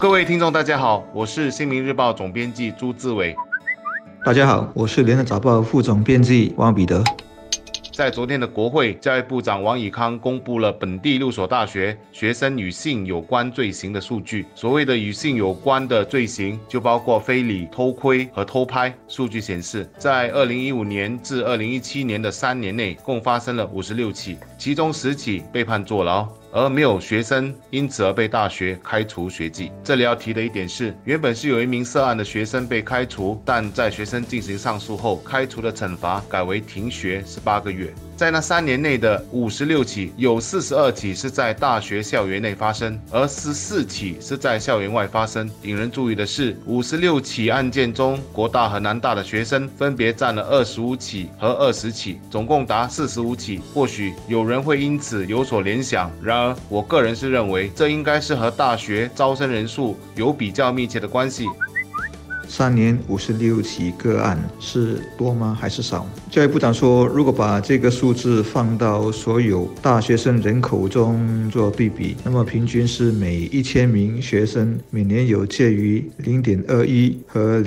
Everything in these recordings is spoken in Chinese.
各位听众，大家好，我是新民日报总编辑朱志伟。 大家好，我是联合早报副总编辑汪彼得。 在昨天的国会，教育部长王以康公布了本地6所大学学生与性有关罪行的数据。所谓的与性有关的罪行，就包括非礼、偷窥和偷拍。数据显示，在2015年至2017年的3年内，共发生了56起，其中10起被判坐牢。而没有学生因此而被大学开除学籍。这里要提的一点是，原本是有一名涉案的学生被开除，但在学生进行上诉后，开除的惩罚改为停学18个月。在那3年内的56起，有42起是在大学校园内发生，而14起是在校园外发生。引人注意的是，56起案件中，国大和南大的学生分别占了25起和20起，总共达45起。或许有人会因此有所联想，然而我个人是认为，这应该是和大学招生人数有比较密切的关系。 3年56起个案是多吗？还是少？教育部长说，如果把这个数字放到所有大学生人口中做对比，那么平均是每1000名学生每年有介于0.21和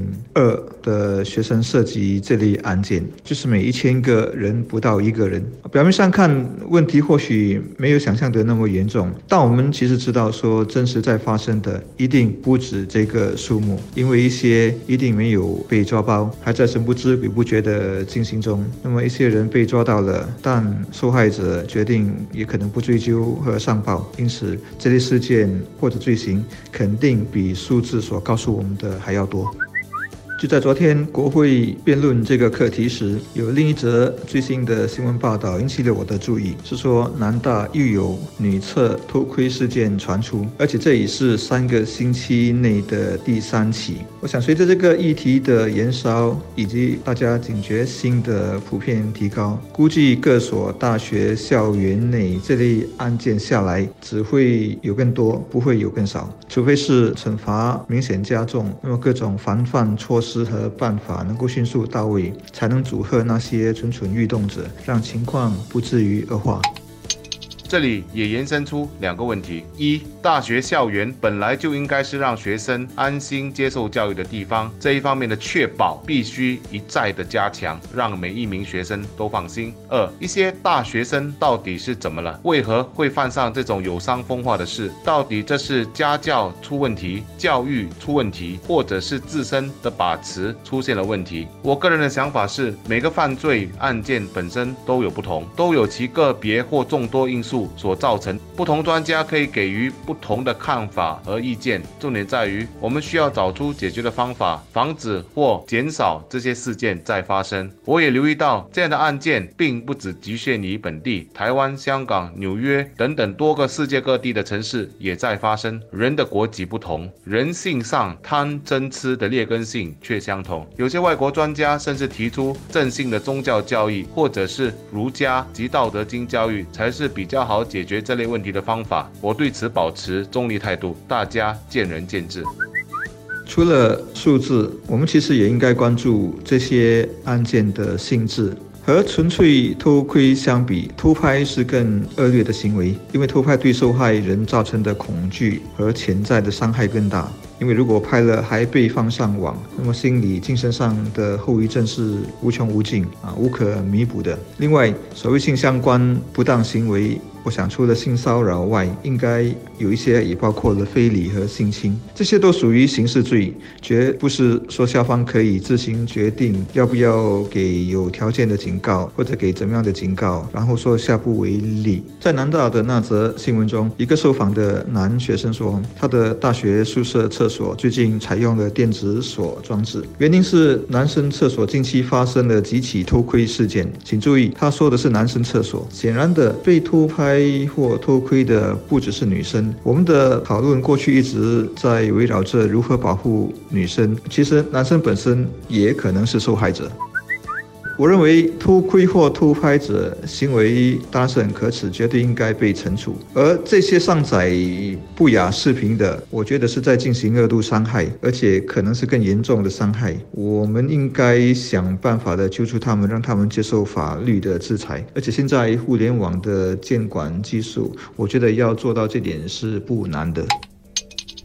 0.2的学生涉及这类案件，就是每1000个人不到1个人。表面上看，问题或许没有想象的那么严重，但我们其实知道说，真实在发生的一定不止这个数目，因为一些一定没有被抓包，还在神不知鬼不觉的进行中。那么一些人被抓到了，但受害者决定也可能不追究和上报，因此这类事件或者罪行肯定比数字所告诉我们的还要多。就在昨天国会辩论这个课题时，有另一则最新的新闻报道引起了我的注意，是说南大又有女厕偷窥事件传出，而且这已是3个星期内的第3起。我想随着这个议题的延烧以及大家警觉性的普遍提高，估计各所大学校园内这类案件下来只会有更多，不会有更少，除非是惩罚明显加重，那么各种防范措施和办法能够迅速到位，才能阻吓那些蠢蠢欲动者，让情况不至于恶化。 这里也延伸出2个问题：一，大学校园本来就应该是让学生安心接受教育的地方，这一方面的确保必须一再的加强，让每一名学生都放心。2，一些大学生到底是怎么了？为何会犯上这种有伤风化的事？到底这是家教出问题、教育出问题，或者是自身的把持出现了问题？我个人的想法是，每个犯罪案件本身都有不同，都有其个别或众多因素所造成，不同专家可以给予不同的看法和意见，重点在于我们需要找出解决的方法，防止或减少这些事件再发生。我也留意到，这样的案件并不只局限于本地，台湾、香港、纽约等等多个世界各地的城市也在发生。人的国籍不同，人性上贪嗔痴的劣根性却相同。有些外国专家甚至提出，正信的宗教教育或者是儒家及道德经教育才是比较好解决这类问题的方法。我对此保持中立态度，大家见仁见智。 除了数字，我们其实也应该关注这些案件的性质。和纯粹偷窥相比，偷拍是更恶劣的行为，因为偷拍对受害人造成的恐惧和潜在的伤害更大。因为如果拍了还被放上网，那么心理、精神上的后遗症是无穷无尽无可弥补的。另外，所谓性相关不当行为，我想除了性骚扰外，应该有一些也包括了非礼和性侵，这些都属于刑事罪，绝不是说校方可以自行决定要不要给有条件的警告，或者给怎么样的警告，然后说下不为例。在南大的那则新闻中，一个受访的男学生说，他的大学宿舍厕所最近采用了电子锁装置，原因是男生厕所近期发生了几起偷窥事件。请注意，他说的是男生厕所，显然的被偷拍或偷窥的不只是女生。我们的讨论过去一直在围绕着如何保护女生，其实男生本身也可能是受害者。我认为偷窥或偷拍者行为当然是很可耻，绝对应该被惩处。而这些上载不雅视频的，我觉得是在进行恶度伤害，而且可能是更严重的伤害。我们应该想办法的揪出他们，让他们接受法律的制裁。而且现在互联网的监管技术，我觉得要做到这点是不难的。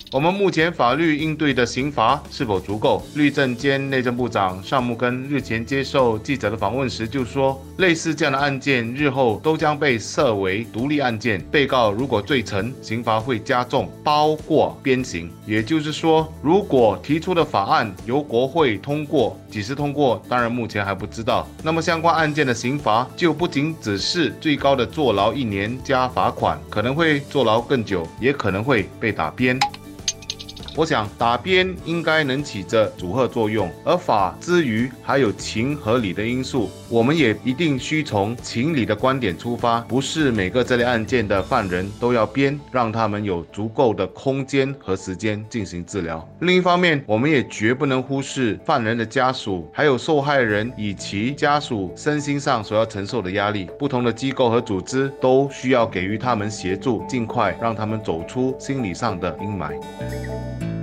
我们目前法律应对的刑罚是否足够？律政兼内政部长尚木根日前接受记者的访问时就说，类似这样的案件日后都将被设为独立案件，被告如果罪成，刑罚会加重，包括鞭刑。也就是说，如果提出的法案由国会通过，几时通过，当然目前还不知道，那么相关案件的刑罚就不仅只是最高的坐牢1年加罚款，可能会坐牢更久，也可能会被打鞭。我想打鞭应该能起着阻吓作用，而法之余还有情和理的因素，我们也一定需从情理的观点出发，不是每个这类案件的犯人都要鞭，让他们有足够的空间和时间进行治疗。另一方面，我们也绝不能忽视犯人的家属，还有受害人以及家属身心上所要承受的压力，不同的机构和组织都需要给予他们协助，尽快让他们走出心理上的阴霾。